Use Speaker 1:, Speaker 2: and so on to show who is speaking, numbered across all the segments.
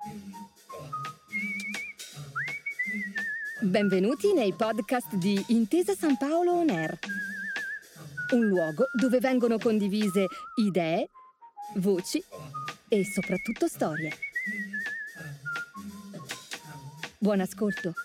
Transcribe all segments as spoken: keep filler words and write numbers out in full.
Speaker 1: Benvenuti nei podcast di Intesa San Paolo On Air, un luogo dove vengono condivise idee, voci e soprattutto storie. Buon ascolto.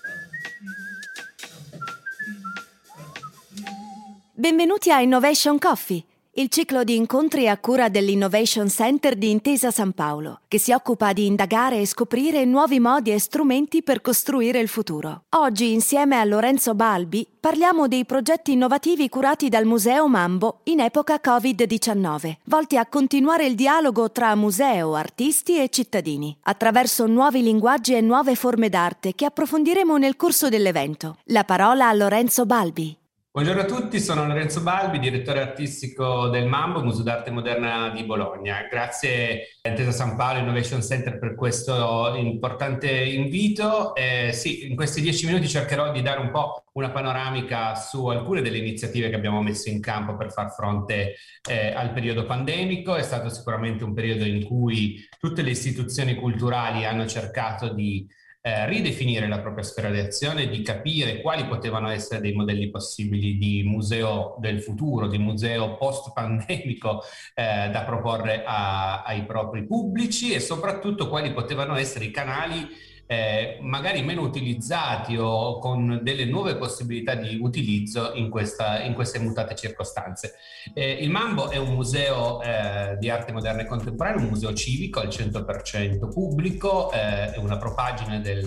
Speaker 2: Benvenuti a Innovation Coffee, il ciclo di incontri a cura dell'Innovation Center di Intesa San Paolo, che si occupa di indagare e scoprire nuovi modi e strumenti per costruire il futuro. Oggi, insieme a Lorenzo Balbi, parliamo dei progetti innovativi curati dal Museo Mambo in epoca covid diciannove, volti a continuare il dialogo tra museo, artisti e cittadini, attraverso nuovi linguaggi e nuove forme d'arte che approfondiremo nel corso dell'evento. La parola a Lorenzo Balbi.
Speaker 3: Buongiorno a tutti, sono Lorenzo Balbi, direttore artistico del Mambo, Museo d'Arte Moderna di Bologna. Grazie a Intesa San Paolo Innovation Center per questo importante invito. Eh, sì, in questi dieci minuti cercherò di dare un po' una panoramica su alcune delle iniziative che abbiamo messo in campo per far fronte eh, al periodo pandemico. È stato sicuramente un periodo in cui tutte le istituzioni culturali hanno cercato di Eh, ridefinire la propria sfera di azione, di capire quali potevano essere dei modelli possibili di museo del futuro, di museo post-pandemico eh, da proporre a, ai propri pubblici e soprattutto quali potevano essere i canali Eh, magari meno utilizzati o con delle nuove possibilità di utilizzo in, questa, in queste mutate circostanze. Eh, il Mambo è un museo eh, di arte moderna e contemporanea, un museo civico al cento per cento pubblico, eh, è una propagine del,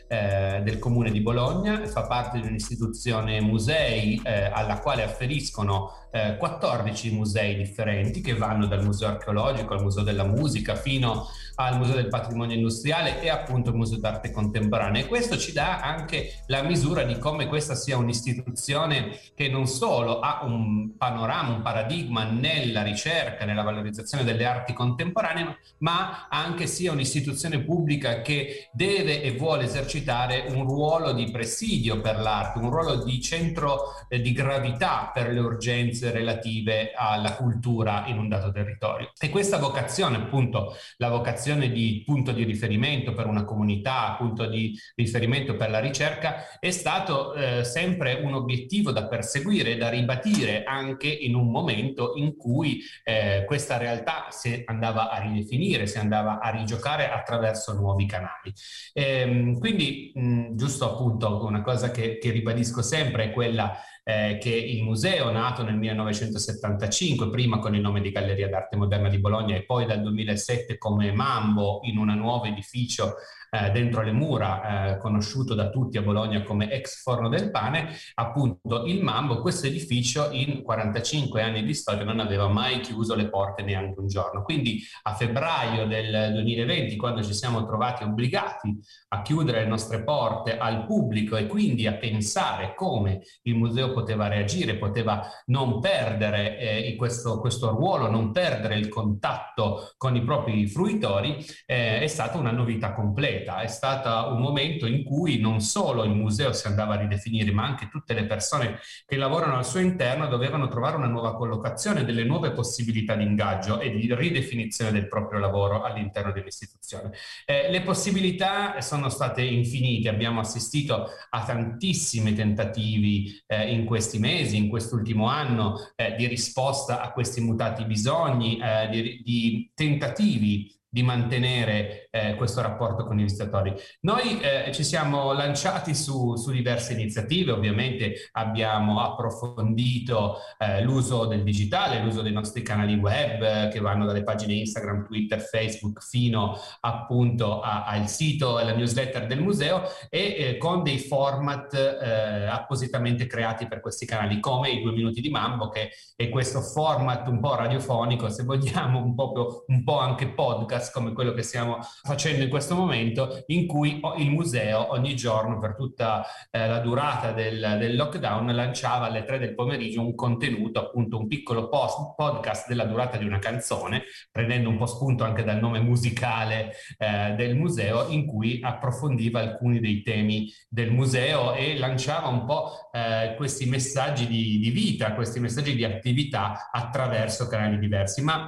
Speaker 3: eh, del Comune di Bologna, fa parte di un'istituzione musei eh, alla quale afferiscono eh, quattordici musei differenti che vanno dal museo archeologico al museo della musica fino al museo del patrimonio industriale e appunto il museo d'arte contemporanea, e questo ci dà anche la misura di come questa sia un'istituzione che non solo ha un panorama, un paradigma nella ricerca, nella valorizzazione delle arti contemporanee, ma anche sia un'istituzione pubblica che deve e vuole esercitare un ruolo di presidio per l'arte, un ruolo di centro eh, di gravità per le urgenze relative alla cultura in un dato territorio. E questa vocazione, appunto, la vocazione di punto di riferimento per una comunità, punto di riferimento per la ricerca, è stato eh, sempre un obiettivo da perseguire e da ribadire anche in un momento in cui eh, questa realtà si andava a ridefinire, si andava a rigiocare attraverso nuovi canali. Ehm, quindi mh, giusto appunto una cosa che, che ribadisco sempre è quella Eh, che il museo, nato nel millenovecentosettantacinque, prima con il nome di Galleria d'Arte Moderna di Bologna e poi dal duemilasette come Mambo in un nuovo edificio eh, dentro le mura, eh, conosciuto da tutti a Bologna come ex Forno del Pane, appunto il Mambo, questo edificio in quarantacinque anni di storia non aveva mai chiuso le porte neanche un giorno. Quindi a febbraio del duemilaventi, quando ci siamo trovati obbligati a chiudere le nostre porte al pubblico e quindi a pensare come il museo poteva reagire, poteva non perdere eh, questo, questo ruolo, non perdere il contatto con i propri fruitori, eh, è stata una novità completa, è stato un momento in cui non solo il museo si andava a ridefinire, ma anche tutte le persone che lavorano al suo interno dovevano trovare una nuova collocazione, delle nuove possibilità di ingaggio e di ridefinizione del proprio lavoro all'interno dell'istituzione. Eh, le possibilità sono state infinite, abbiamo assistito a tantissimi tentativi eh, in questi mesi, in quest'ultimo anno, eh, di risposta a questi mutati bisogni, eh, di, di tentativi di mantenere eh, questo rapporto con i visitatori. Noi eh, ci siamo lanciati su, su diverse iniziative, ovviamente abbiamo approfondito eh, l'uso del digitale, l'uso dei nostri canali web eh, che vanno dalle pagine Instagram, Twitter, Facebook fino appunto a, al sito e alla newsletter del museo e eh, con dei format eh, appositamente creati per questi canali, come i due minuti di Mambo, che è questo format un po' radiofonico, se vogliamo, un po', un po' anche podcast, come quello che stiamo facendo in questo momento, in cui il museo ogni giorno per tutta eh, la durata del, del lockdown lanciava alle tre del pomeriggio un contenuto, appunto un piccolo post, podcast della durata di una canzone, prendendo un po' spunto anche dal nome musicale eh, del museo, in cui approfondiva alcuni dei temi del museo e lanciava un po' eh, questi messaggi di, di vita, questi messaggi di attività attraverso canali diversi. Ma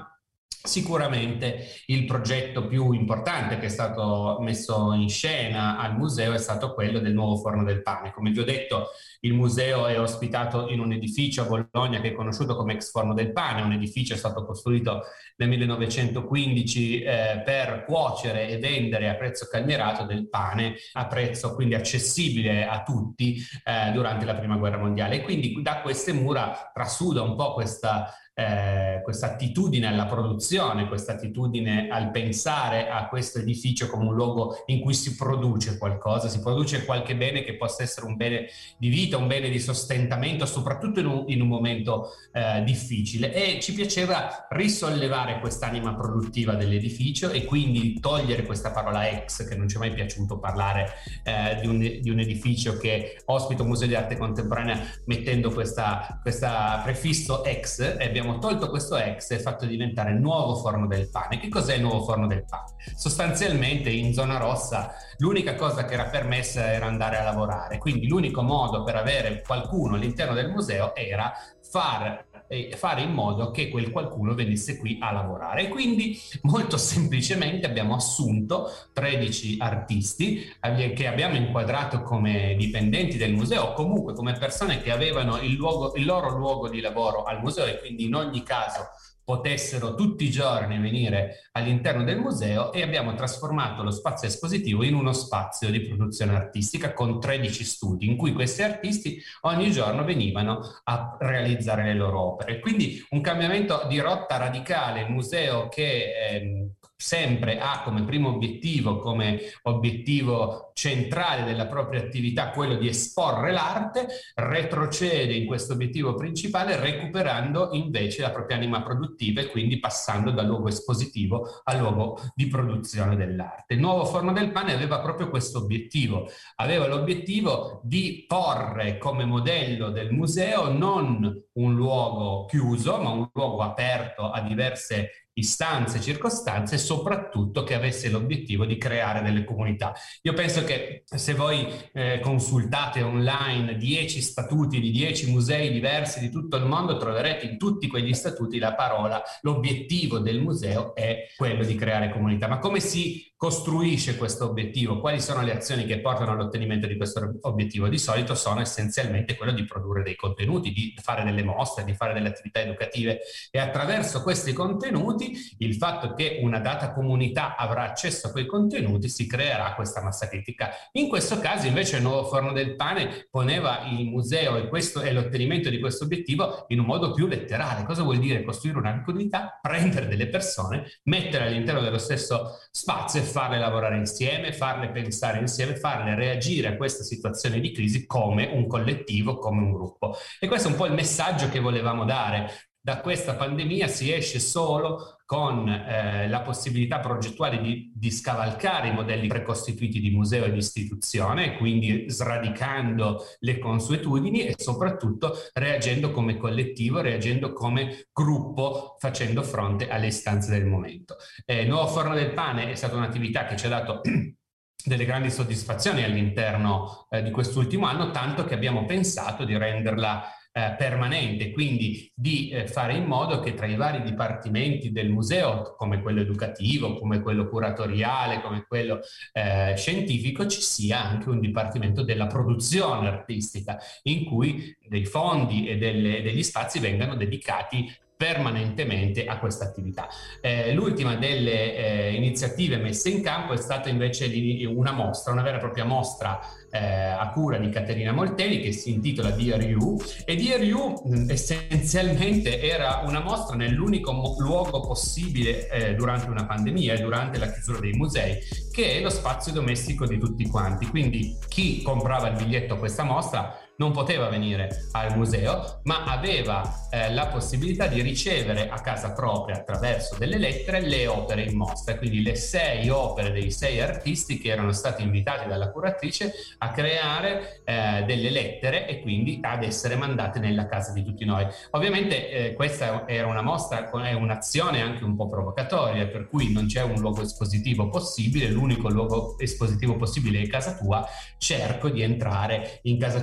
Speaker 3: Sicuramente il progetto più importante che è stato messo in scena al museo è stato quello del nuovo forno del pane. Come vi ho detto, il museo è ospitato in un edificio a Bologna che è conosciuto come ex forno del pane. Un edificio è stato costruito nel millenovecentoquindici eh, per cuocere e vendere a prezzo calmierato del pane, a prezzo quindi accessibile a tutti eh, durante la prima guerra mondiale. E quindi da queste mura trasuda un po' questa Eh, questa attitudine alla produzione, questa attitudine al pensare a questo edificio come un luogo in cui si produce qualcosa, si produce qualche bene che possa essere un bene di vita, un bene di sostentamento, soprattutto in un, in un momento eh, difficile. E ci piaceva risollevare quest'anima produttiva dell'edificio e quindi togliere questa parola ex, che non ci è mai piaciuto parlare eh, di, un, di un edificio che ospita un museo di arte contemporanea mettendo questa, questa prefisso ex, e abbiamo tolto questo ex e fatto diventare il nuovo forno del pane. Che cos'è il nuovo forno del pane? Sostanzialmente in zona rossa l'unica cosa che era permessa era andare a lavorare, quindi l'unico modo per avere qualcuno all'interno del museo era far e fare in modo che quel qualcuno venisse qui a lavorare. E quindi molto semplicemente abbiamo assunto tredici artisti che abbiamo inquadrato come dipendenti del museo, o comunque come persone che avevano il, luogo, il loro luogo di lavoro al museo e quindi in ogni caso potessero tutti i giorni venire all'interno del museo, e abbiamo trasformato lo spazio espositivo in uno spazio di produzione artistica con tredici studi in cui questi artisti ogni giorno venivano a realizzare le loro opere. Quindi un cambiamento di rotta radicale. Il museo che ehm, sempre ha come primo obiettivo, come obiettivo centrale della propria attività quello di esporre l'arte, retrocede in questo obiettivo principale recuperando invece la propria anima produttiva e quindi passando dal luogo espositivo al luogo di produzione dell'arte. Il nuovo forno del pane aveva proprio questo obiettivo, aveva l'obiettivo di porre come modello del museo non un luogo chiuso, ma un luogo aperto a diverse istanze, circostanze, e soprattutto che avesse l'obiettivo di creare delle comunità. Io penso che se voi eh, consultate online dieci statuti di dieci musei diversi di tutto il mondo, troverete in tutti quegli statuti la parola, l'obiettivo del museo è quello di creare comunità. Ma come si costruisce questo obiettivo? Quali sono le azioni che portano all'ottenimento di questo obiettivo? Di solito sono essenzialmente quello di produrre dei contenuti, di fare delle mostre, di fare delle attività educative, e attraverso questi contenuti, il fatto che una data comunità avrà accesso a quei contenuti, si creerà questa massa critica. In questo caso invece il nuovo forno del pane poneva il museo e, questo, e l'ottenimento di questo obiettivo in un modo più letterale. Cosa vuol dire costruire una comunità? Prendere delle persone, mettere all'interno dello stesso spazio e farle lavorare insieme, farle pensare insieme, farle reagire a questa situazione di crisi come un collettivo, come un gruppo. E questo è un po' il messaggio che volevamo dare. Da questa pandemia si esce solo con eh, la possibilità progettuale di, di scavalcare i modelli precostituiti di museo e di istituzione, quindi sradicando le consuetudini e soprattutto reagendo come collettivo, reagendo come gruppo, facendo fronte alle istanze del momento. Eh, il nuovo forno del pane è stata un'attività che ci ha dato delle grandi soddisfazioni all'interno eh, di quest'ultimo anno, tanto che abbiamo pensato di renderla Eh, permanente, quindi di eh, fare in modo che tra i vari dipartimenti del museo, come quello educativo, come quello curatoriale, come quello eh, scientifico, ci sia anche un dipartimento della produzione artistica, in cui dei fondi e delle, degli spazi vengano dedicati permanentemente a questa attività. Eh, l'ultima delle eh, iniziative messe in campo è stata invece una mostra, una vera e propria mostra eh, a cura di Caterina Molteni, che si intitola Dear You, e Dear You mh, essenzialmente era una mostra nell'unico mo- luogo possibile eh, durante una pandemia e durante la chiusura dei musei, che è lo spazio domestico di tutti quanti. Quindi chi comprava il biglietto a questa mostra non poteva venire al museo, ma aveva eh, la possibilità di ricevere a casa propria, attraverso delle lettere, le opere in mostra, quindi le sei opere dei sei artisti che erano stati invitati dalla curatrice a creare eh, delle lettere e quindi ad essere mandate nella casa di tutti noi. Ovviamente eh, questa era una mostra, è un'azione anche un po' provocatoria, per cui non c'è un luogo espositivo possibile, l'unico luogo espositivo possibile è casa tua, cerco di entrare in casa tua, e lo fa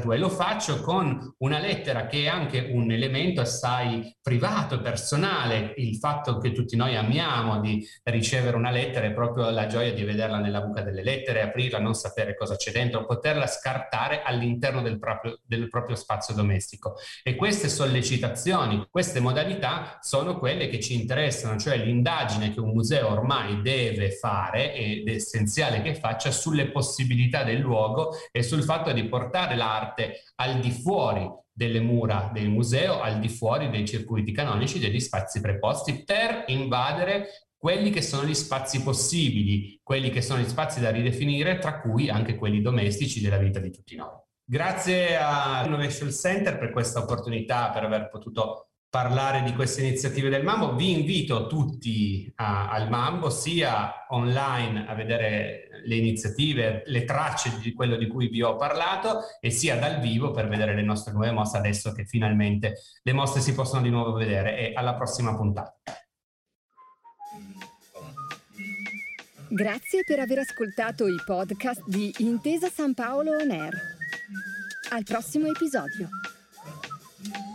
Speaker 3: faccio con una lettera che è anche un elemento assai privato, personale. Il fatto che tutti noi amiamo di ricevere una lettera è proprio la gioia di vederla nella buca delle lettere, aprirla, non sapere cosa c'è dentro, poterla scartare all'interno del proprio, del proprio spazio domestico. E queste sollecitazioni, queste modalità sono quelle che ci interessano, cioè l'indagine che un museo ormai deve fare ed è essenziale che faccia sulle possibilità del luogo e sul fatto di portare l'arte al di fuori delle mura del museo, al di fuori dei circuiti canonici, degli spazi preposti, per invadere quelli che sono gli spazi possibili, quelli che sono gli spazi da ridefinire, tra cui anche quelli domestici della vita di tutti noi. Grazie all'Innovation Center per questa opportunità, per aver potuto parlare di queste iniziative del Mambo. Vi invito tutti a, al Mambo, sia online a vedere le iniziative, le tracce di quello di cui vi ho parlato, e sia dal vivo per vedere le nostre nuove mostre, adesso che finalmente le mostre si possono di nuovo vedere. E alla prossima puntata.
Speaker 1: Grazie per aver ascoltato i podcast di Intesa San Paolo On Air. Al prossimo episodio.